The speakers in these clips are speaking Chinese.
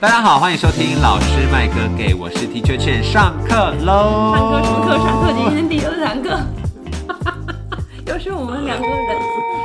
大家好，欢迎收听老师麦哥给，我是 Teacher Chen， 上课喽！ 上课什么课？上课今天第2堂课，又是我们2个人。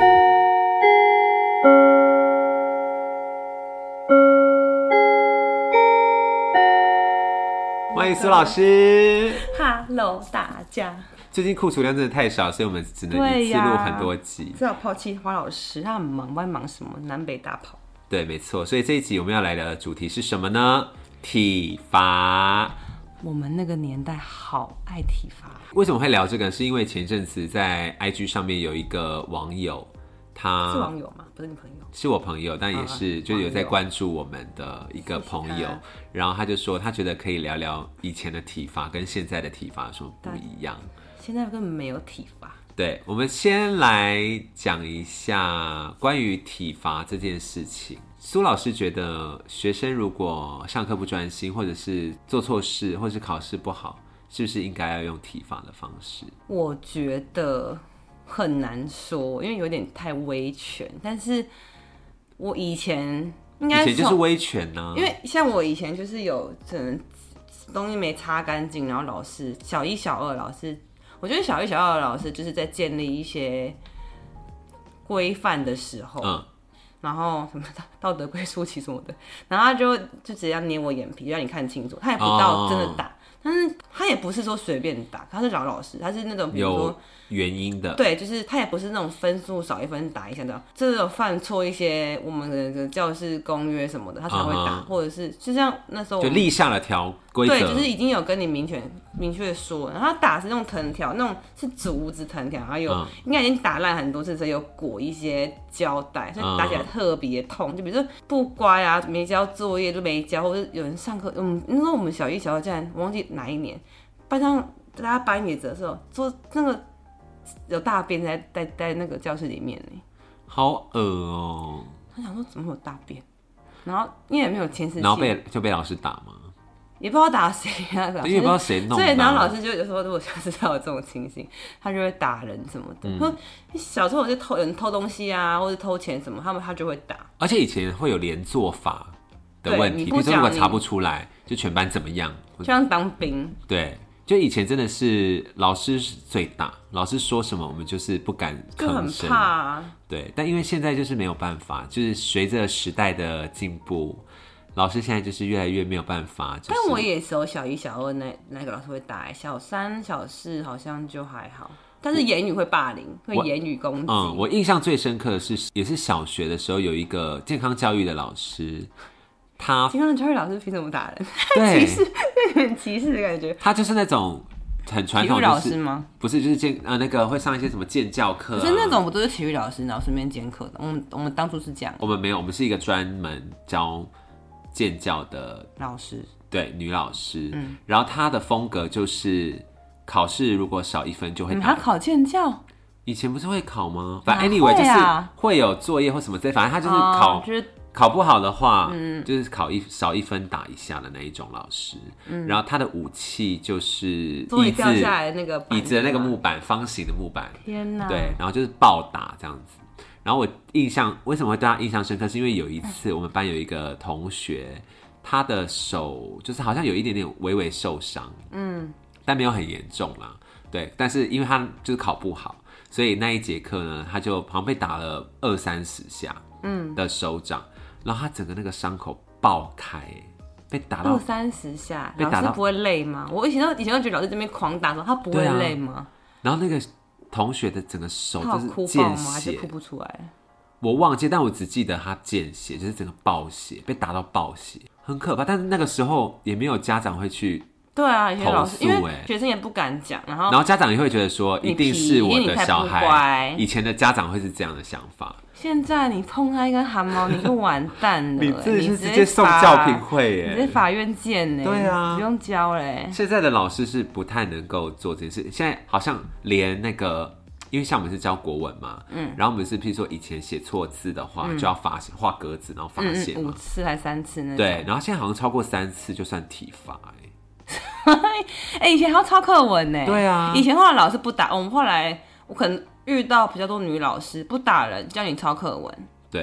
欢迎苏老师。 Hello， 大家。 最近库存量真的太少，所以我们只能一次录很多集。 只好抛弃花老师，他很忙，不知道忙什么，南北大跑。 对，没错。所以这一集我们要来聊的主题是什么呢？体罚。 我们那个年代好爱体罚。 为什么会聊这个？是因为前阵子在 IG 上面有一个网友，他是网友吗？不是你朋友？ 是我朋友，但也是就是有在关注我们的一个朋友。然后他就说，他觉得可以聊聊以前的体罚跟现在的体罚有什么不一样。 现在根本没有体罚。 对，我们先来讲一下关于体罚这件事情。苏老师觉得，学生如果上课不专心，或者是做错事，或者是考试不好，是不是应该要用体罚的方式？ 我觉得很难说，因为有点太威权。但是我以前应该以前就是威权啊， 因为像我以前就是有可能东西没擦干净，然后老师小1、小2老师。我觉得小1、小2的老师就是在建立一些规范的时候，然后什么道德归属期什么的，然后他就直接要捏我眼皮，让你看清楚，他也不到真的打，但是他也不是说随便打，他是老师，他是那种比如说有原因的， 对，就是他也不是那种分数少1分打一下的，这种犯错一些我们的教室公约什么的，他才会打，或者是就像那时候就立下了规则， 对，就是已经有跟你明确说，然后他打是那种藤条，那种是竹子藤条，然后应该已经打烂很多次，所以有裹一些胶带，所以打起来特别痛。就比如说不乖啊，没交作业就没交，或者有人上课，那时候我们小1、小2，竟然忘记哪一年，班上大家班野的时候，做那个有大便在那个教室里面呢， 好恶哦。 他想说怎么会有大便，然后因为也没有监视器， 然后就被老师打吗？ 也不知道打谁啊， 因为不知道谁弄的， 所以然后老师就有时候如果下次有这种情形，他就会打人什么的。小时候有些人偷东西啊，或者偷钱什么，他就会打。 而且以前会有连坐法的问题，比如说如果查不出来，就全班怎么样， 就像当兵。 对，就以前真的是老师最大，老师说什么我们就是不敢吭声， 就很怕啊。对， 但因为现在就是没有办法，就是随着时代的进步。老师现在就是越来越没有办法，但我也是有小1、小2那个老师会打，小3、小4好像就还好，但是言语会霸凌，会言语攻击。 我印象最深刻的是，也是小学的时候有一个健康教育的老师， 健康教育老师凭什么打人？ 对， 歧视，很歧视的感觉。 他就是那种很传统， 体育老师吗？ 不是，就是那个会上一些什么健教课， 可是那种不都是体育老师，然后顺便兼课的。我们当初是这样， 我们没有，我们是一个专门教健教的老师， 对，女老师。然后她的风格就是考试如果少1分就会打。 还考健教？ 以前不是会考吗？反正 anyway 就是会有作业或什么之类，反正他就是考。考不好的话，就是少1分打一下的那一种老师。然后他的武器就是椅子，椅子的那个木板，方形的木板。 天哪！ 对，然后就是暴打这样子。然后我为什么会对他印象深刻？是因为有一次我们班有一个同学，他的手就是好像有一点点微微受伤，但没有很严重啦。对，但是因为他就是考不好，所以那一节课呢，他就好像被打了20-30下，的手掌。然后他整个那个伤口爆开，被打到 20-30下，老师不会累吗？我以前都觉得老师这边狂打的时候，他不会累吗？ 然后那个同学的整个手就是见血，还是哭不出来？ 我忘记，但我只记得他见血，就是整个爆血，被打到爆血，很可怕。但是那个时候也没有家长会去。 对啊，以前老师因为学生也不敢讲，然后家长也会觉得说，一定是我的小孩。以前的家长会是这样的想法。 现在你碰他一根汗毛，你就完蛋了。 你真的是直接送教评会耶， 你在法院见呢。 对啊， 不用教嘞。 现在的老师是不太能够做这件事。现在好像连那个，因为像我们是教国文嘛，然后我们是譬如说以前写错字的话，就要罚写画格子，然后罚写 5次还3次那种。 对，然后现在好像超过3次就算体罚。 以前还要抄课文呢。 对啊， 以前后来老师不打，我可能遇到比较多女老师不打人，叫你抄课文。 对，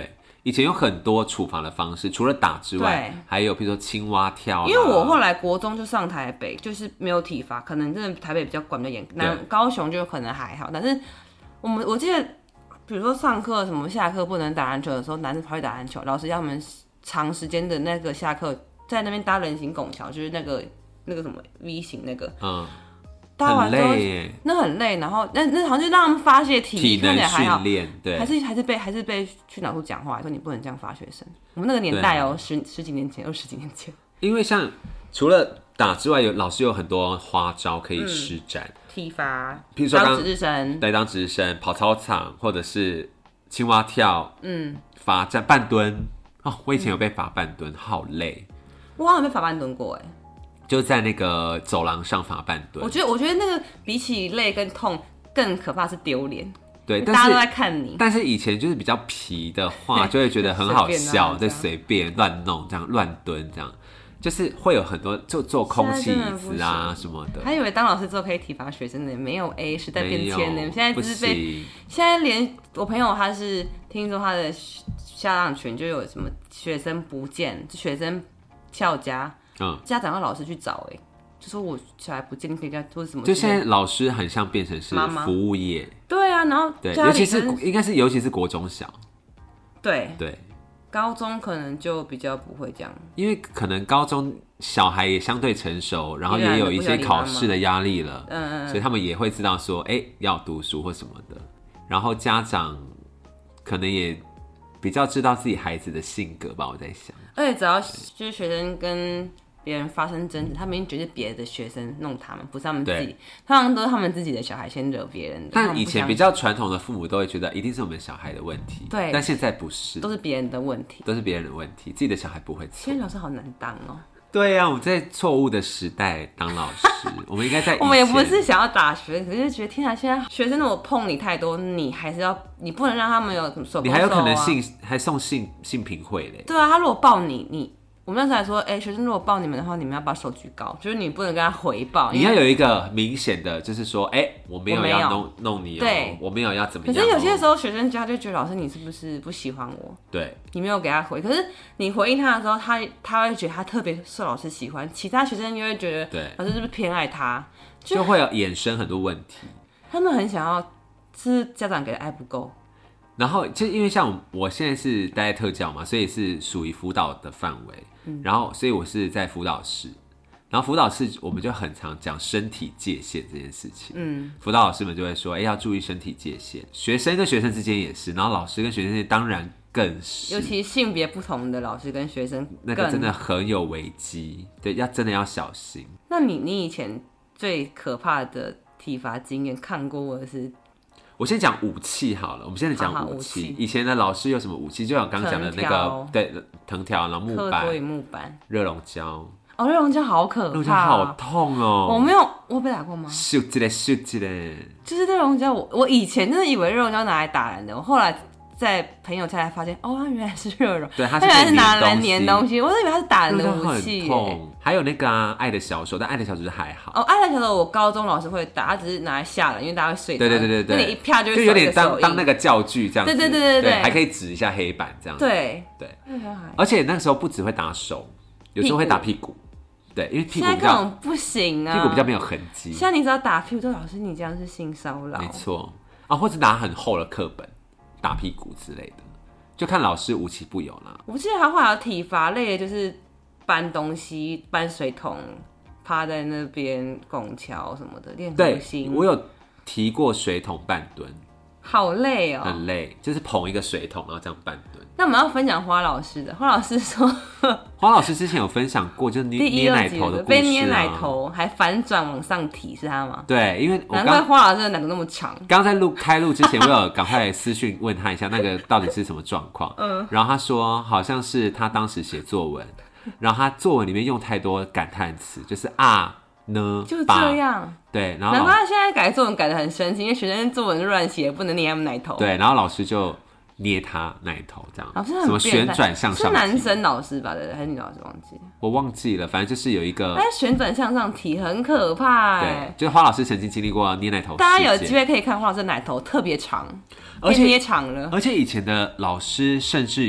以前有很多处罚的方式，除了打之外， 对， 还有比如说青蛙跳啦。 因为我后来国中就上台北，就是没有体罚，可能真的台北比较管比较严，高雄就可能还好。但是我记得，比如说上课什么下课不能打篮球的时候，男生跑去打篮球，老师要他们长时间的那个下课在那边搭人行拱桥，就是那个什么 V 型那个，搭完之后很累耶， 那很累，然后那好像就让他们发泄体能训练，对， 还是被训导处讲话说你不能这样罚学生。我们那个年代哦，十几年前，20几年前， 因为像除了打之外，老师有很多花招可以施展， 体罚， 譬如说当值日生， 对，当值日生跑操场，或者是青蛙跳，罚站半蹲。哦，我以前有被罚半蹲，好累。 我好像被罚半蹲过哎。 就在那个走廊上罚半蹲。 我觉得那个比起累跟痛更可怕是丢脸。 对， 大家都在看你。 但是以前就是比较皮的话，就会觉得很好笑，就随便乱弄这样乱蹲这样，就是会有很多就做空气椅子啊什么的。 还以为当老师之后可以体罚学生的，没有时代变迁的，现在只是被现在连我朋友他是听说他的下浪群就有什么学生不见，学生翘家。家长要老师去找就说我小孩不见，你可以叫做什么？ 就现在老师很像变成是服务业， 对啊，然后对，尤其是国中小， 对，高中可能就比较不会这样， 因为可能高中小孩也相对成熟，然后也有一些考试的压力了，所以他们也会知道说，要读书或什么的，然后家长可能也比较知道自己孩子的性格吧，我在想， 而且只要就是学生跟别人发生争执，他们一定觉得别的学生弄他们，不是他们自己，通常都是他们自己的小孩先惹别人的。 但以前比较传统的父母都会觉得一定是我们小孩的问题， 对， 但现在不是， 都是别人的问题， 自己的小孩不会错。 现在老师好难当哦。 对啊，我们在错误的时代当老师，我们应该在我们也不是想要打学生，可是觉得天啊，现在学生如果碰你太多，你还是要，你不能让他们有什么手， 你还有可能还送性平会嘞。 对啊，他如果抱你。我们那时候还说，学生如果抱你们的话，你们要把手举高，就是你不能跟他回报。 你要有一个明显的，就是说，我没有要弄你对，我没有要怎么样。 可是有些时候学生家就觉得老师你是不是不喜欢我？ 对， 你没有给他回，可是你回应他的时候，他会觉得他特别受老师喜欢，其他学生就会觉得，对，老师是不是偏爱他？ 就会有衍生很多问题。 他们很想要，是家长给的爱不够。 然后就因为像我现在是待在特教嘛，所以是属于辅导的范围。然后，所以我是在辅导室，然后辅导室我们就很常讲身体界限这件事情。辅导老师们就会说，要注意身体界限，学生跟学生之间也是，然后老师跟学生之间当然更是， 尤其性别不同的老师跟学生， 那个真的很有危机，对，真的要小心。 那你以前最可怕的体罚经验看过或者是？ 我先讲武器好了，我们现在讲武器。以前的老师有什么武器？就像刚刚讲的那个，对，藤条，然后木板、热熔胶。 热熔胶好可怕，热熔胶好痛哦！ 我被打过吗？ 咻起来， 就是热熔胶，我以前真的以为热熔胶拿来打人的，我后来在朋友家才发现，它原来是热熔， 对，它原来是拿来粘东西，我以为它是打人的武器。 很痛。还有那个爱的小手，但爱的小手是还好。 爱的小手我高中老师会打，他只是拿来吓人，因为大家会睡着。 对， 那你一啪就有点当那个教具这样子。 对， 还可以指一下黑板这样子。 对， 而且那个时候不只会打手，有时候会打屁股。对，因为屁股比较不行啊， 屁股比较没有痕迹。 现在你只要打屁股，老师你这样是性骚扰。 没错或者拿很厚的课本打屁股之类的，就看老师无奇不有啦。 我记得他会有体罚类的，就是搬东西、搬水桶、趴在那边拱桥什么的练核心。 对，我有提过水桶半蹲， 好累哦， 很累，就是捧一个水桶然后这样半蹲。 那我们要分享花老师的，花老师说， 花老师之前有分享过，就是捏奶头的故事被捏奶头还反转往上提是他吗？ 对，因为难怪花老师的奶头那么长。 刚在开录之前，我有赶快私讯问他一下那个到底是什么状况。然后他说好像是他当时写作文，然后他作文里面用太多感叹词，就是呢， 就这样。 对，然后难怪他现在改作文改得很生气，因为学生作文乱写，不能捏他们奶头。 对，然后老师就捏他奶头这样。 老师什么旋转向上提？ 是男生老师吧？对，还是女老师忘记了？ 我忘记了，反正就是有一个。 但旋转向上提很可怕对，就是花老师曾经经历过捏奶头。 大家有机会可以看花老师的奶头特别长，而且捏长了。 而且以前的老师甚至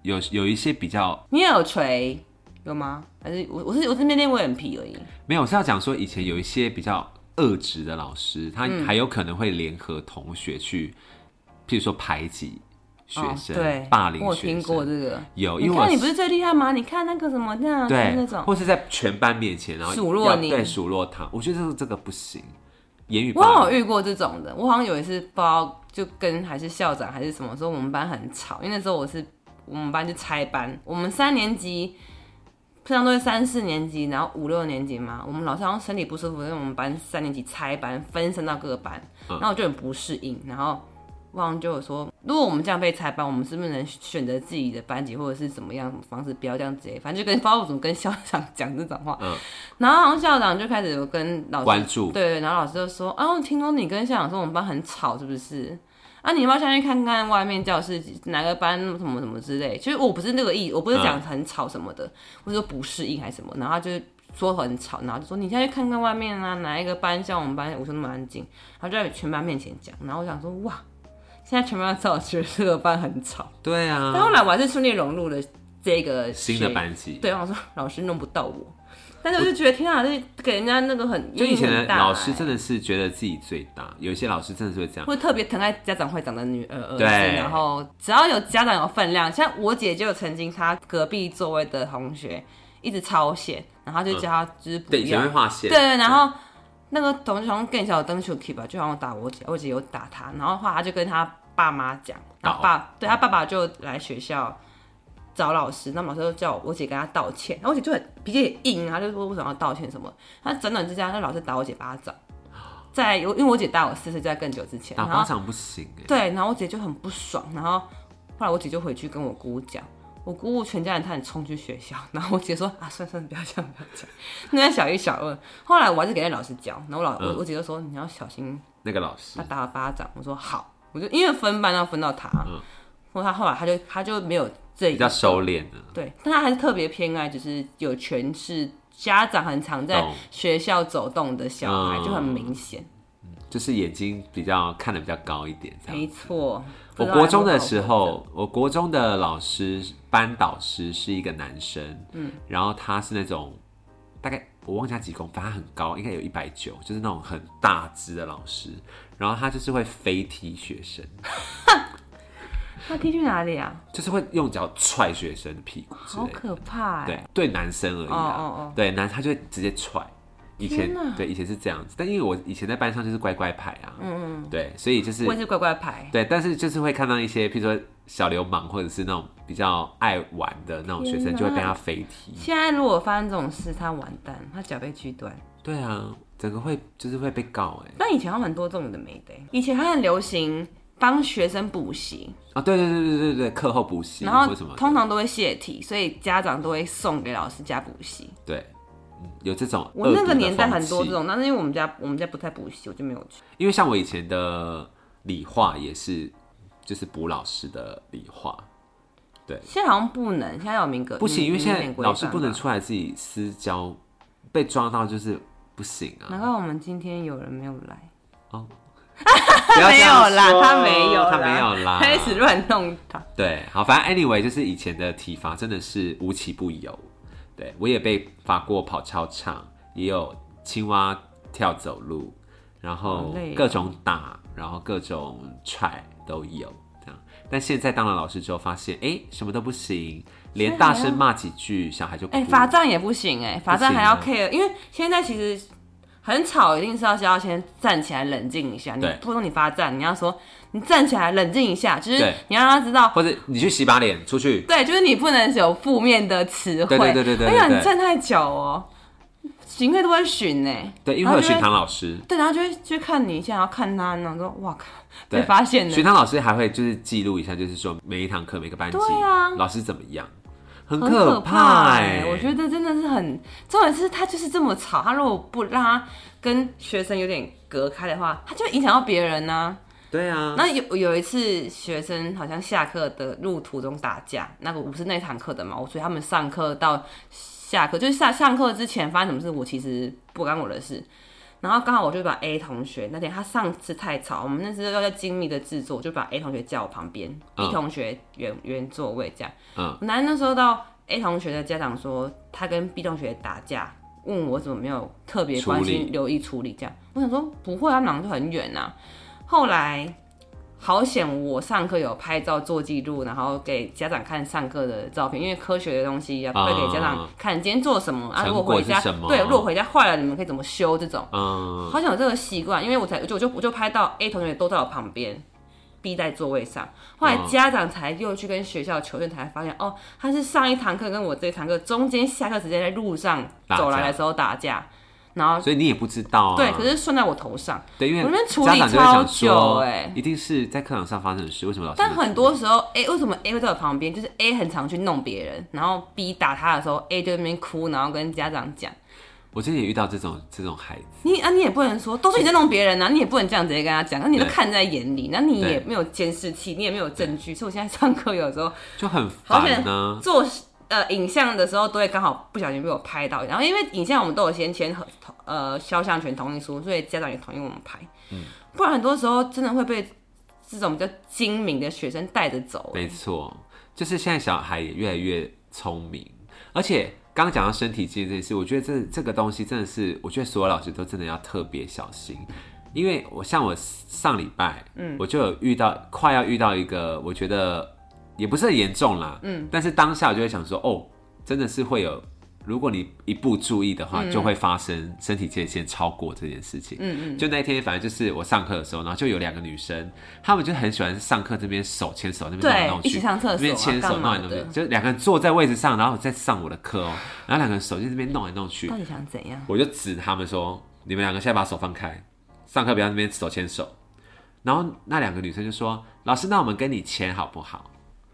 有一些比较， 你也有锤有吗？还是我是面练我很皮而已。 没有，我是要讲说以前有一些比较恶质的老师，他还有可能会联合同学去，譬如说排挤学生， 对， 霸凌学生。 我有听过这个， 有，因为你看你不是最厉害吗？你看那个什么那样， 对那种， 或是在全班面前，然后数落你， 对，数落他。我觉得这个不行，言语我霸凌。 好像有遇过这种的，我好像有一次不知道就跟还是校长还是什么说我们班很吵，因为那时候我们班就拆班，我们3年级。平常都是3、4年级，然后5、6年级嘛。我们老师好像身体不舒服，因为我们班3年级拆班，分身到各个班，然后我就很不适应。然后汪汪就有说，如果我们这样被拆班，我们是不是能选择自己的班级，或者是怎么样什么方式，不要这样直接，反正就跟不知道怎么跟校长讲这种话。然后好像校长就开始有跟老师关注， 对，然后老师就说，啊，我听说你跟校长说我们班很吵，是不是？啊，你要不要下去看看外面教室哪个班什么什么之类？其实我不是那个意，我不是讲很吵什么的，我是说不适应还是什么，然后他就说很吵，然后就说你下去看看外面啊，哪一个班像我们班，我说那么安静，然后就在全班面前讲，然后我想说哇，现在全班知道觉得这个班很吵， 对啊， 但后来我还是顺利融入了这个新的班级， 对，我说老师弄不到我。但是我就觉得天啊，这给人家那个很就以前的老师真的是觉得自己最大，有一些老师真的是会这样， 会特别疼爱家长会长的女儿对， 然后只要有家长有分量，像我姐就曾经她隔壁座位的同学一直超线，然后就叫她就是不要， 对，以前会画线， 对，然后那个同学好像更小灯球 keep 吧，就好像打我姐，我姐有打他，然后后来他就跟他爸妈讲，然后对他爸爸就来学校。找老师，那老师就叫我姐跟他道歉，然后我姐就很脾气也硬，她就说为什么要道歉什么？她转转之间，那老师打我姐巴掌，因为我姐大我4岁，在更久之前， 打巴掌不行哎。 对，然后我姐就很不爽，然后后来我姐就回去跟我姑姑讲，我姑姑全家人差点冲去学校，然后我姐说啊，算了，不要讲，那在小1、小2，后来我还是给那老师教，然后我姐就说你要小心那个老师， 他打了巴掌，我说好，我就因为分班要分到他，或他后来他就没有。 比较收敛的， 对，但他还是特别偏爱，就是有权势家长很常在学校走动的小孩，就很明显， 就是眼睛比较看得比较高一点， 没错。 我国中的时候，我国中的老师班导师是一个男生，然后他是那种大概我忘记他几公分，反正很高，应该有190，就是那种很大只的老师，然后他就是会飞踢学生。 他踢去哪里啊？ 就是会用脚踹学生的屁股之类的， 好可怕哎！对男生而已啊，对他就会直接踹。以前是这样子，但因为我以前在班上就是乖乖牌啊，对，所以就是我也是乖乖牌， 对，但是就是会看到一些，譬如说小流氓或者是那种比较爱玩的那种学生，就会被他飞踢。 现在如果发生这种事，他完蛋，他脚被锯断。 对啊，整个会被告哎。 但以前有很多这种的没的，以前还很流行。帮学生补习啊，对，课后补习， 然后通常都会泄题，所以家长都会送给老师家补习。 对，有这种。 我那个年代很多这种，但是因为我们家不太补习，我就没有去。 因为像我以前的理化也是，就是补老师的理化。对， 现在好像不能，现在有名额不行，因为现在老师不能出来自己私教，被抓到就是不行啊。 难怪我们今天有人没有来哦。 没有啦，他没有啦， 开始乱弄他。 对，好，反正 anyway 就是以前的体罚真的是无奇不有。对，我也被罚过跑操场，也有青蛙跳走路，然后各种打，然后各种踹都有这样。但现在当了老师之后，发现什么都不行，连大声骂几句，小孩就哭。 罚站也不行罚站还要 care，因为现在其实。很吵，一定是要先站起来冷静一下。你不说你罚站，你要说你站起来冷静一下，就是你让他知道， 或者你去洗把脸出去。 对，就是你不能有负面的词汇。 对。 哎呀，你站太久哦，巡会都会巡呢。 对，因为会有巡堂老师。 对，然后就会去看你一下，然后看他，然后说哇靠，被发现了。 巡堂老师还会就是记录一下，就是说每一堂课每个班级，老师怎么样。很可怕我觉得真的是很，重点是他就是这么吵，他如果不让他跟学生有点隔开的话，他就影响到别人啊。 对啊。 那有一次学生好像下课的路途中打架，那个我不是那堂课的嘛，所以他们上课到下课，就是上课之前发生什么事，我其实不干我的事。 然后刚好我就把 A 同学那天他上次太吵，我们那时候要精密的制作，就把 A 同学叫我旁边、B 同学原座位这样。然后那时候到 A 同学的家长说他跟 B 同学打架，问我怎么没有特别关心留意处理这样。我想说不会啊，他们两个就很远啊。后来好险我上课有拍照做记录，然后给家长看上课的照片，因为科学的东西会给家长看今天做什么啊。如果回家如果回家坏了，你们可以怎么修这种。好想有这个习惯，因为我就拍到 A 同学都在我旁边，B 在座位上。后来家长才又去跟学校求证，才发现哦，他是上一堂课跟我这一堂课中间下课时间在路上走来的时候打架。然后， 所以你也不知道啊。 对，可是算在我头上。 对，因为我那边处理超久一定是在课堂上发生的事，为什么老师？ 但很多时候为什么 A 会在我旁边？就是 A 很常去弄别人，然后 B 打他的时候 ，A 就在那边哭，然后跟家长讲。 我之前也遇到这种孩子。 你也不能说都是你在弄别人啊，你也不能这样直接跟他讲，那你都看在眼里，那你也没有监视器，你也没有证据，所以我现在上课有时候就很烦呢。 做影像的时候都会刚好不小心被我拍到，然后因为影像我们都有先签肖像权同意书，所以家长也同意我们拍。不然很多时候真的会被这种比较精明的学生带着走。 没错，就是现在小孩也越来越聪明，而且刚刚讲到身体界这件事，我觉得这个东西真的是，我觉得所有老师都真的要特别小心，因为我上礼拜，我就有快要遇到一个，我觉得也不是很严重啦，但是当下我就会想说，哦，真的是会有，如果你一不注意的话，就会发生身体界限超过这件事情。就那一天，反正就是我上课的时候，然后就有2个女生，她们就很喜欢上课这边手牵手，那边弄来弄去， 一起上厕所， 那边牵手弄来弄去，就2个人坐在位置上，然后再上我的课哦，然后2个人手就这边弄来弄去。 到底想怎样？ 我就指他们说：“你们2个现在把手放开，上课不要那边手牵手。”然后那2个女生就说：“老师，那我们跟你牵好不好？”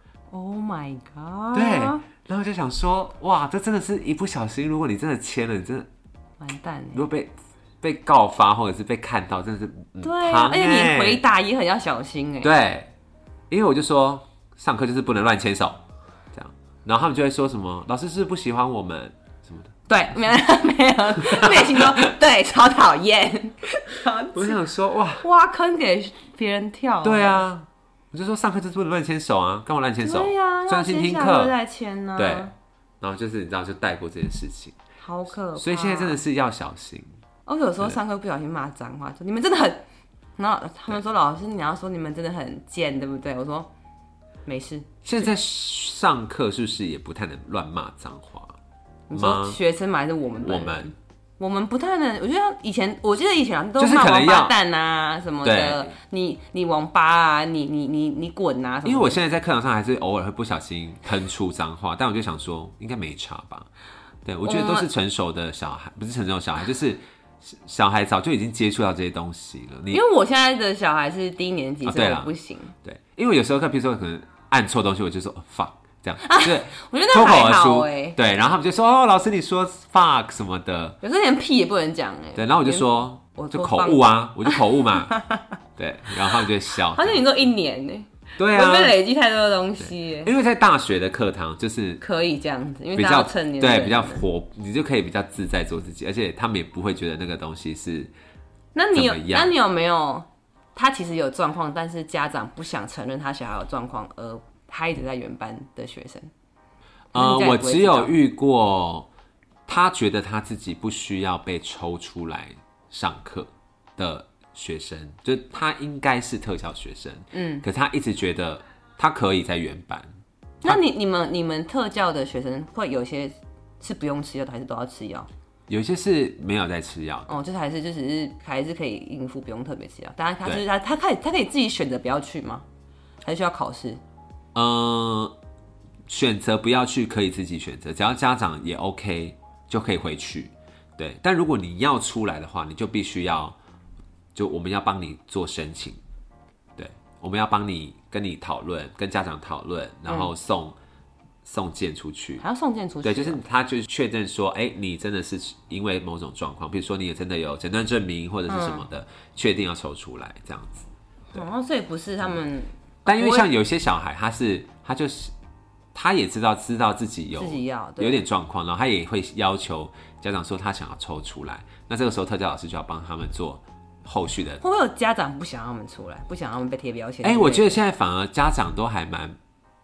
Oh my god！ 对，然后就想说，哇，这真的是一不小心，如果你真的签了，你真的完蛋。 如果被告发或者是被看到，真的是对啊，而且你回答也很要小心哎。 对，因为我就说上课就是不能乱牵手，这样，然后他们就会说什么，老师是不是不喜欢我们什么的。 对，没有，内心说对，超讨厌。 我想说，哇， 挖坑给别人跳。 对啊。我就说上课就是不能乱牵手啊，干嘛乱牵手？ 对呀， 专心听课再牵啊。 对，然后就是你知道就带过这件事情， 好可怕。 所以现在真的是要小心。 我有时候上课不小心骂脏话，说你们真的很，然后他们说老师你要说你们真的很贱，对不对？我说没事。 现在上课是不是也不太能乱骂脏话？ 你说学生吗？还是我们？我们不太能，我记得以前都骂王八蛋啊什么的，你王八啊，你滚啊什么的。 因为我现在在课堂上还是偶尔会不小心喷出脏话，但我就想说应该没差吧。对，我觉得都是成熟的小孩，不是成熟的小孩，就是小孩早就已经接触到这些东西了。 因为我现在的小孩是低年级，所以我不行。 对，因为有时候比如说可能按错东西，我就说fuck。这样，就是我觉得那还好对，然后他们就说哦，老师你说 fuck 什么的， 有时候连屁也不能讲对，然后我就说就口误啊，我就口误嘛，对，然后他们就会笑。 好像你都1年呢， 对啊， 我被累积太多的东西， 因为在大学的课堂就是可以这样子，因为比较成年对比较活，你就可以比较自在做自己，而且他们也不会觉得那个东西是。 那你有没有他其实有状况，但是家长不想承认他小孩有状况而？他一直在原班的学生， 我只有遇过，他觉得他自己不需要被抽出来上课的学生，就他应该是特教学生，可他一直觉得他可以在原班。 那你们特教的学生会有些是不用吃药的，还是都要吃药？ 有些是没有在吃药的， 就是还是可以应付，不用特别吃药。当然他可以自己选择不要去吗？还是需要考试？ 选择不要去可以自己选择，只要家长也 OK 就可以回去。对，但如果你要出来的话，你就必须要，就我们要帮你做申请，对，我们要帮你跟你讨论，跟家长讨论，然后送件出去， 还要送件出去。 对，就是他就确认说，你真的是因为某种状况，比如说你也真的有诊断证明或者是什么的，确定要抽出来这样子。 所以不是他们。 但因为像有些小孩， 他也知道自己有点状况，然后他也会要求家长说他想要抽出来。那这个时候特教老师就要帮他们做后续的。 会不会有家长不想让他们出来，不想让他们被贴标签？ 我觉得现在反而家长都还蛮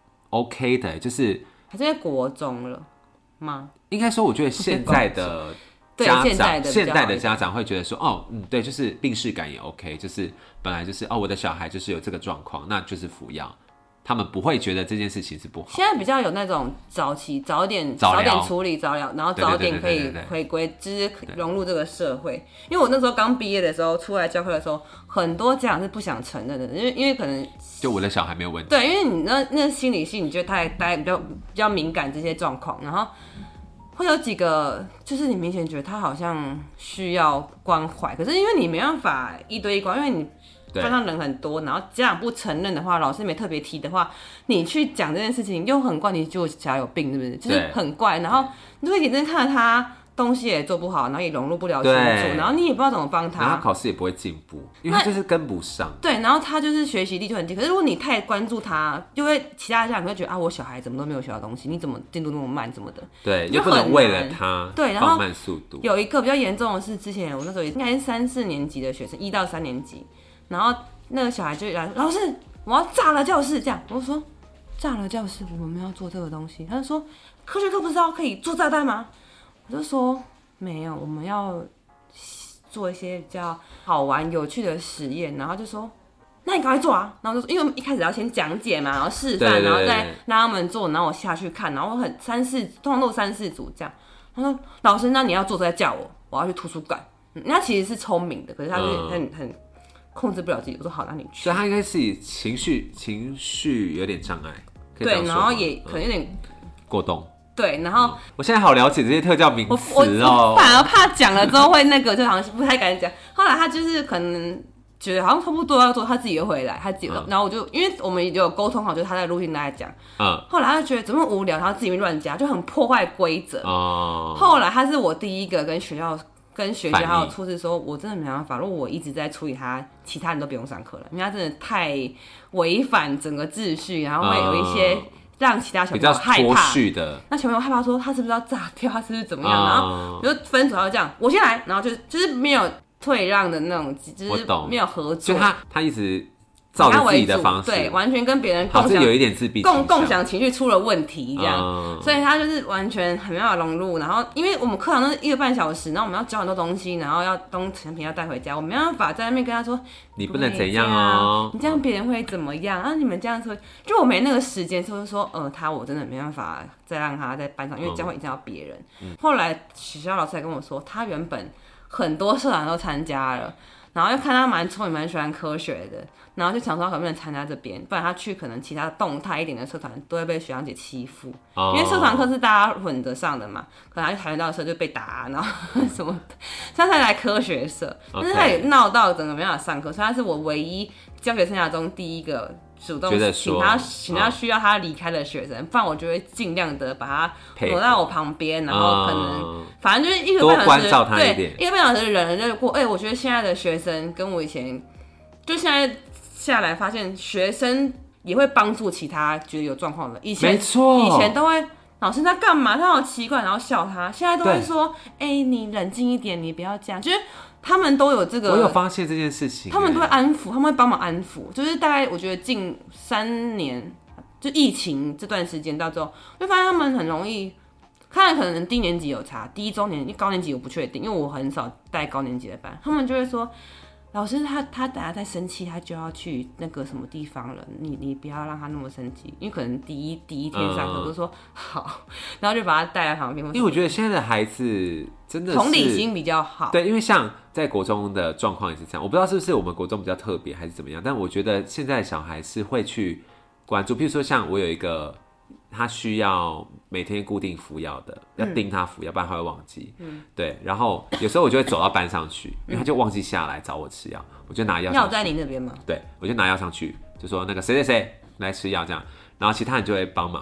OK 的，就是还是在国中了吗？ 应该说，我觉得现在的家长，现代的家长会觉得说，对，就是病识感也 OK， 就是本来就是我的小孩就是有这个状况，那就是服药。他们不会觉得这件事情是不好。 现在比较有那种早点处理早疗，然后早点可以回归，就是融入这个社会。因为我那时候刚毕业的时候，出来教课的时候，很多家长是不想承认的，因为可能就我的小孩没有问题。 对，因为你那心理系，你觉得他比较敏感这些状况，然后会有几个，就是你明显觉得他好像需要关怀，可是因为你没办法一对一关，因为你班上人很多，然后家长不承认的话，老师没特别提的话，你去讲这件事情又很怪，你就小孩有病，是不是？就是很怪，然后你就会眼睁看着他东西也做不好，然后也融入不了群组，然后你也不知道怎么帮他， 然后他考试也不会进步，因为他就是跟不上。 对，然后他就是学习力就很低。可是如果你太关注他，就会其他家长会觉得我小孩怎么都没有学到东西，你怎么进度那么慢什么的。 对，又不能为了他放慢速度。 有一个比较严重的是，之前我那时候应该是3、4年级的学生，1到3年级，然后那个小孩就来，老师，我要炸了教室，这样。我就说炸了教室，我们没有做这个东西。他就说科学课不知道可以做炸弹吗？我就说没有，我们要做一些比较好玩有趣的实验。然后就说那你赶快做啊。然后就说因为一开始要先讲解嘛，然后示范，然后再让他们做，然后我下去看，然后通常都3、4组这样。他说老师，那你要做再叫我要去图书馆。那其实是聪明的，可是他就很控制不了自己。我说好，那你去。 所以他应该是情绪有点障碍， 对，然后也可能有点过动。 对，然后我现在好了解这些特教名词我反而怕讲了之后会那个，就好像不太敢讲。后来他就是可能觉得好像差不多要做，他自己又回来，他自己，然后我就因为我们有沟通好，就是他在录音在讲，后来他就觉得怎么无聊，他自己乱加，就很破坏规则。后来他是我第一个跟学姐还有处事说，我真的没办法，如果我一直在处理他，其他人都不用上课了，因为他真的太违反整个秩序，然后会有一些让其他小朋友害怕的。那小朋友害怕说他是不是要炸掉，他是不是怎么样？然后就分组要这样，我先来，然后就是没有退让的那种，就是没有合作， 就他一直照着自己的方式， 对，完全跟别人共享，有一点自闭共享情绪出了问题，这样，所以他就是完全很没办法融入。然后，因为我们课堂都是1个半小时，然后我们要教很多东西，然后要成品要带回家，我没办法在那边跟他说你不能怎样哦， 你这样别人会怎么样啊？你们这样说，就我没那个时间，所以说我真的没办法再让他在班上，因为这样会影响到别人。后来学校老师还跟我说，他原本很多社团都参加了。然后又看他蛮聪明，蛮喜欢科学的，然后就想说他可不可以参加这边，不然他去可能其他动态一点的社团都会被学长姐欺负，因为社团课是大家混得上的嘛，可能他去跆拳道的时候就被打，然后什么的，所以他才来科学社，但是他也闹到整个没办法上课，所以他是我唯一教学生涯中第一个主动请他需要他离开的学生，不然我就会尽量的把他挪到我旁边，然后可能反正就是1个半小时，对，1个半小时的人就过。我觉得现在的学生跟我以前，就现在下来发现，学生也会帮助其他觉得有状况的。以前都会老师在干嘛？他好奇怪，然后笑他。现在都会说，你冷静一点，你不要这样，就是。他们都有这个， 我有发现这件事情， 他们都会安抚，他们会帮忙安抚。就是大概我觉得近3年，就疫情这段时间到之后，就发现他们很容易，看可能低年级有差，低中年、高年级我不确定，因为我很少带高年级的班，他们就会说。老师他等下再生气，他就要去那个什么地方了。你不要让他那么生气，因为可能第一天上课都说好，然后就把他带来旁边。因为我觉得现在的孩子真的是同理心比较好。 对，因为像在国中的状况也是这样，我不知道是不是我们国中比较特别还是怎么样，但我觉得现在的小孩是会去关注，譬如说像我有一个。他需要每天固定服药的，要盯他服药，不然他会忘记。对，然后有时候我就会走到班上去，因为他就忘记下来找我吃药，我就拿药。 药在你那边吗？ 对，我就拿药上去，就说那个谁谁谁来吃药这样，然后其他人就会帮忙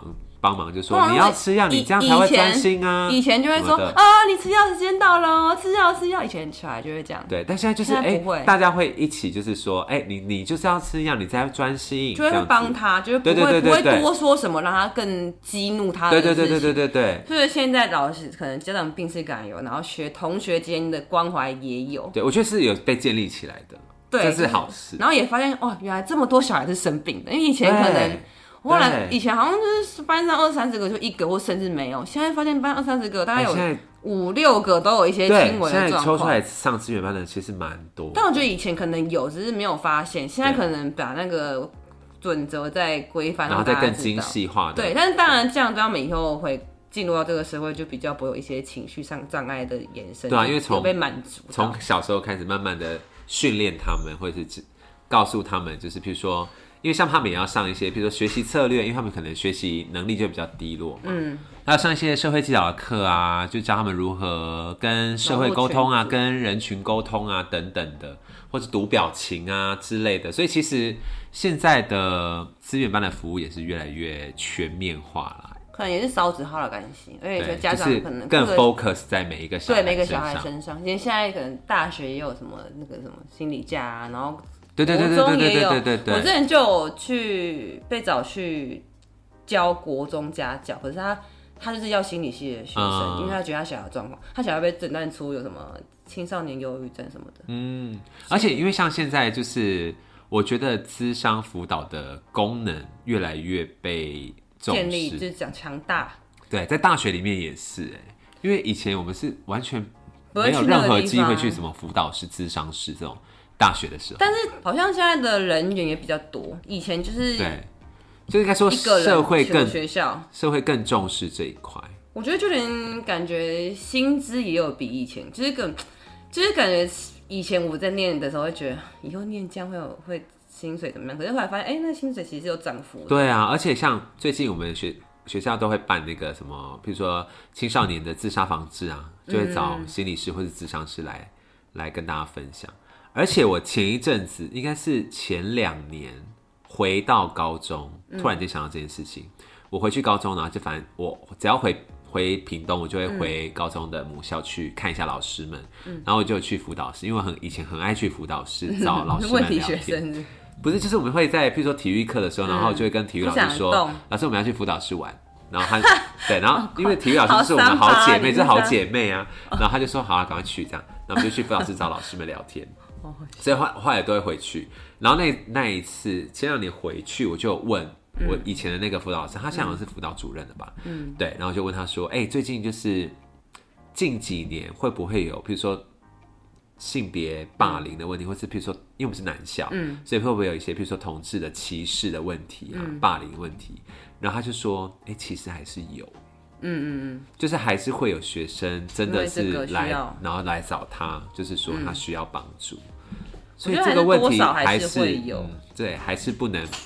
帮忙，就说你要吃药，你这样才会专心啊。 以前就会说你吃药时间到了，吃药。以前小孩就会这样。 对，但现在就是大家会一起就是说，你就是要吃药，你才会专心， 就会帮他，就是不会多说什么，让他更激怒他的事情。对。所以现在老师可能家长病识感有，然后同学间的关怀也有。 对，我觉得是有被建立起来的。对，这是好事。 然后也发现原来这么多小孩是生病的，因为以前可能，后来以前好像就是班上20-30个就1个或甚至没有，现在发现班上20-30个大概有5-6个都有一些轻微的状况。 现在抽出来上资源班的其实蛮多， 但我觉得以前可能有，只是没有发现，现在可能把那个准则再规范， 然后再更精细化的。 对，但是当然这样子，他们以后会进入到这个社会，就比较不会有一些情绪上障碍的延伸。 对啊，因为被满足， 从小时候开始慢慢的训练他们，或者是告诉他们，就是譬如说，因为像他们也要上一些，比如说学习策略，因为他们可能学习能力就比较低落嘛，还要上一些社会技巧的课啊，就教他们如何跟社会沟通啊，跟人群沟通啊等等的，或者读表情啊之类的。所以其实现在的资源班的服务也是越来越全面化啦。 可能也是少子化的关系，而且家长可能更 focus 在每一个小孩身上。因为现在可能大学也有什么那个什么心理假啊，然后对， 国中也有。我之前就有被找去教国中家教，可是他就是要心理系的学生，因为他觉得他小孩有状况，他小孩被诊断出有什么青少年忧郁症什么的。 而且因为像现在就是我觉得諮商輔導的功能越来越被建立，就是讲强大。 对，在大学里面也是因为以前我们是完全没有任何机会去什么辅导室、諮商室这种大学的时候。 但是好像现在的人员也比较多，以前就是对，就应该说社会更重视这一块。 我觉得就连感觉薪资也有比以前，就是感觉以前我在念的时候会觉得以后念这样会薪水怎么样？可是后来发现，那薪水其实有涨幅的。 对啊，而且像最近我们学校都会办那个什么，比如说青少年的自杀防治啊，就会找心理师或是諮商师来跟大家分享。而且我前一阵子应该是前2年回到高中，突然间想到这件事情。我回去高中，然后就反正我只要回屏东，我就会回高中的母校去看一下老师们，然后我就有去辅导室，因为我以前很爱去辅导室找老师们聊天。问题学生不是，就是我们会在譬如说体育课的时候，然后就会跟体育老师说，老师我们要去辅导室玩，然后他对，然后因为体育老师是我们的好姐妹，是好姐妹啊，然后他就说好啊，赶快去这样，然后我们就去辅导室找老师们聊天，所以后来都会回去。然后那一次前2年回去，我就问我以前的那个辅导老师，他现在好像是辅导主任了吧？对，然后就问他说，最近就是近几年会不会有，譬如说性别霸凌的问题，或是譬如说，因为我们是男校，所以会不会有一些譬如说同志的歧视的问题啊，霸凌问题？然后他就说，其实还是有，就是还是会有学生真的是来，然后来找他，就是说他需要帮助，所以这个问题还是会有，对，还是不能，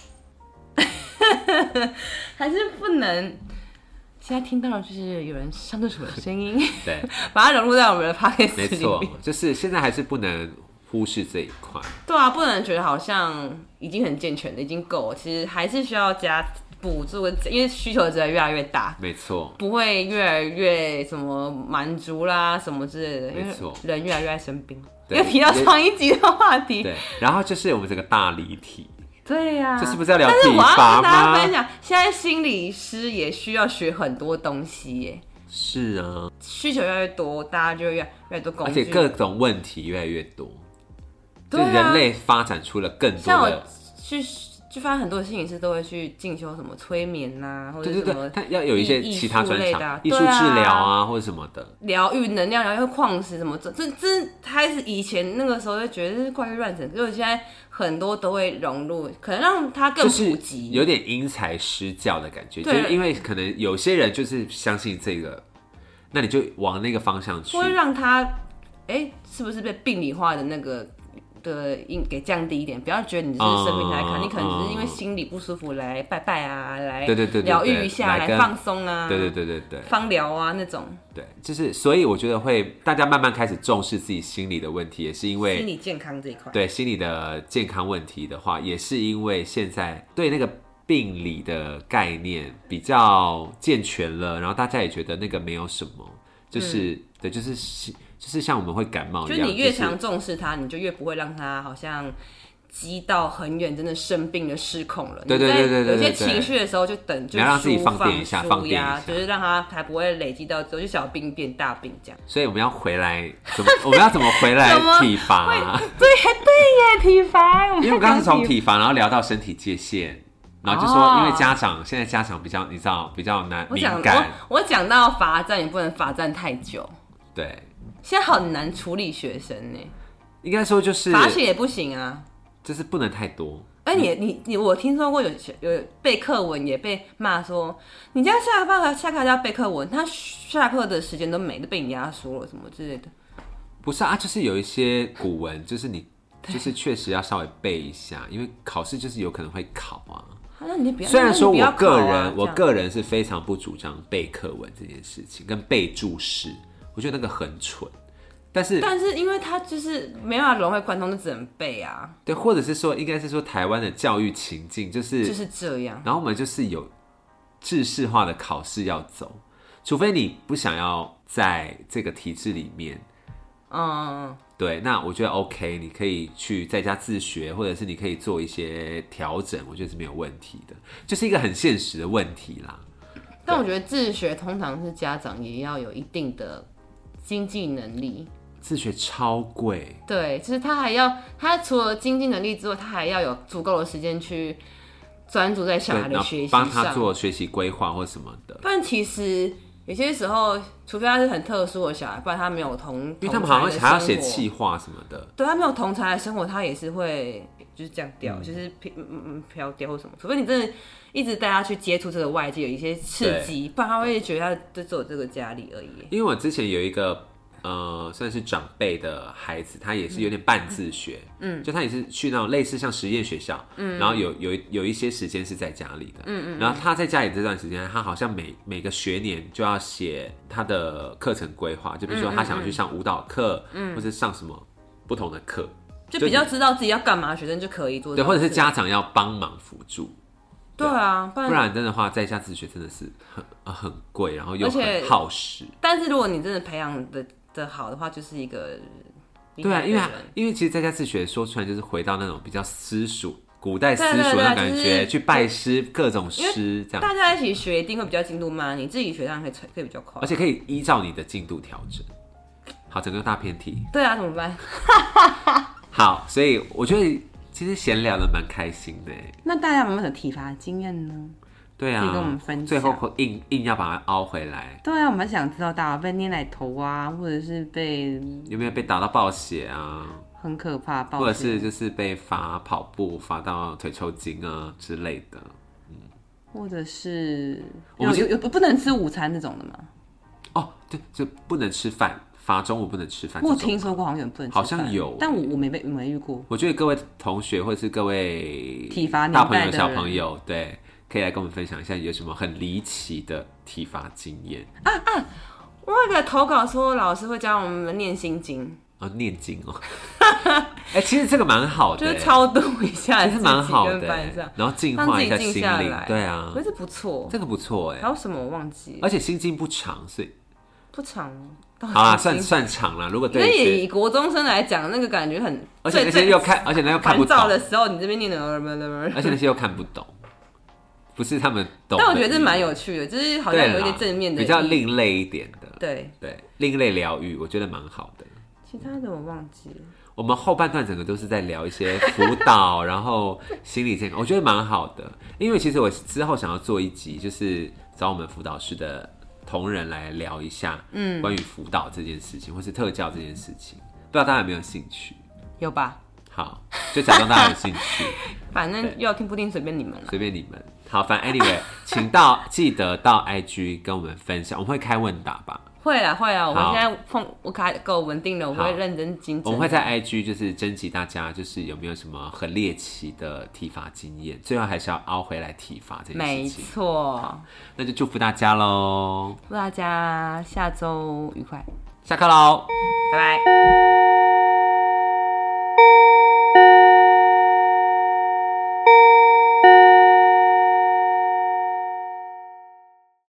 还是不能。现在听到的就是有人上厕所的声音， 对， 把它融入在我们的 podcast 里面。 没错，就是现在还是不能忽视这一块。 对啊，不能觉得好像已经很健全的，已经够了，其实还是需要加补助，因为需求只会越来越大。 没错， 不会越来越什么满足啦什么之类的，因为人越来越爱生病。又提到上一集的话题， 对，然后就是我们这个大离题。 对呀， 这是不是要聊体罚吗？ 但是我要跟大家分享，现在心理师也需要学很多东西耶。 是啊， 需求越来越多，大家就越来越多工具， 而且各种问题越来越多，就人类发展出了更多的。 像我去发现很多的心理师都会去进修什么催眠啊，或者什么， 他要有一些其他专长，艺术治疗啊，或者什么的疗愈、能量疗愈、矿石什么，这还是以前那个时候就觉得这是怪力乱神，可是现在很多都会融入，可能让它更普及， 就是有点因材施教的感觉，就是因为可能有些人就是相信这个，那你就往那个方向去， 会让他是不是被病理化的那个的给降低一点，不要觉得你是生病来看，你可能只是因为心里不舒服来拜拜啊，来疗愈一下，来放松啊， 对， 芳疗啊那种。 对，就是所以我觉得大家慢慢开始重视自己心理的问题，也是因为心理健康这一块。 对心理的健康问题的话，也是因为现在对那个病理的概念比较健全了，然后大家也觉得那个没有什么，就是对，就是像我们会感冒一样， 就是你越常重视它，你就越不会让它好像积到很远，真的生病了、失控了。 对， 有些情绪的时候就等，就你要让自己放电一下，放电一下， 就是让它才不会累积到之后就小病变大病这样。 所以我们要回来，我们要怎么回来体罚啊？ 对耶，体罚。 因为我刚刚是从体罚，然后聊到身体界限。然后就说，因为现在家长比较，你知道比较难敏感。 我讲到罚站，也不能罚站太久。对，现在很难处理学生呢。 应该说就是罚钱也不行啊， 就是不能太多。 我听说过有背课文也被骂说，你这样下课就要背课文，他下课的时间都没，都被你压缩了什么之类的。 不是啊，就是有一些古文，就是你就是确实要稍微背一下，因为考试就是有可能会考啊。虽然说我个人是非常不主张背课文这件事情，跟背注释，我觉得那个很蠢。但是因为他就是没办法融会贯通，就只能背啊。 对，或者是说，应该是说台湾的教育情境就是这样。 然后我们就是有制式化的考试要走，除非你不想要在这个体制里面。对，那我觉得 OK， 你可以去在家自学，或者是你可以做一些调整，我觉得是没有问题的，就是一个很现实的问题啦。 但我觉得自学通常是家长也要有一定的经济能力。 自学超贵。 对，就是他除了经济能力之外，他还要有足够的时间去专注在小孩的学习上， 帮他做学习规划或什么的。 不然其实有些时候，除非他是很特殊的小孩，不然他没有因为他们好像还要写企划什么的。 对，他没有同才的生活，他也是会就是这样掉，就是飘掉或什么。除非你真的一直带他去接触这个外界，有一些刺激，不然他会觉得他就只有这个家里而已。 因为我之前有一个算是长辈的孩子，他也是有点半自学，就他也是去那种类似像实验学校，然后有一些时间是在家里的，然后他在家里这段时间，他好像每个学年就要写他的课程规划，就比如说他想要去上舞蹈课，或者上什么不同的课， 就比较知道自己要干嘛，学生就可以做。 对，或者是家长要帮忙辅助。 对啊，不然真的话，在家自学真的是很贵，然后又很耗时。 但是如果你真的培养的好的话，就是一个对啊，因为其实在家自学说出来就是回到那种比较古代私塾的感觉，去拜师各种师这样。 大家一起学一定会比较进度慢，你自己学当然可以比较快， 而且可以依照你的进度调整。好，整个大偏题。 对啊，怎么办？ 好，所以我觉得其实闲聊的蛮开心的。 那大家有没有什么体罚经验呢？ 对啊， 可以跟我们分享。 最后硬要把它凹回来。 对啊，我们想知道大家被捏奶头啊，或者是有没有被打到爆血啊？ 很可怕， 或者是就是被罚跑步罚到腿抽筋啊之类的。 或者是有不能吃午餐这种的吗？ 哦，对，就不能吃饭，罚中午不能吃饭。 我听说过好像有不能吃饭， 好像有， 但我没遇过。 我觉得各位同学或者是各位体罚大朋友小朋友，对。可以来跟我们分享一下有什么很离奇的体罚经验我有个投稿说老师会教我们念心经念经其实这个蛮好的， 就是超度一下， 其实蛮好的，然后净化一下心灵，对啊， 可是不错， 这个不错还有什么我忘记了， 而且心经不长，所以不长好啦，算长啦。如果对以国中生来讲，那个感觉很， 而且那些又看不懂的时候，你这边念的， 而且那些又看不懂。不是他们懂， 但我觉得这蛮有趣的，就是好像有一些正面的， 比较另类一点的， 对， 另类疗愈，我觉得蛮好的。 其他的我忘记了。 我们后半段整个都是在聊一些辅导，然后心理健康，我觉得蛮好的。因为其实我之后想要做一集，就是找我们辅导室的同仁来聊一下，关于辅导这件事情，或是特教这件事情，不知道大家有没有兴趣？ 有吧？ 好，就假装大家有兴趣。 反正要听不听随便你们了， 随便你们。好，反正 anyway， 请记得到 IG 跟我们分享，我们会开问答吧？会啦，我们现在我够稳定了，我会认真精准。我们会在 IG 就是征集大家，就是有没有什么很猎奇的体罚经验，最后还是要凹回来体罚这件事情。没错，那就祝福大家喽！祝大家下周愉快，下课喽，拜拜。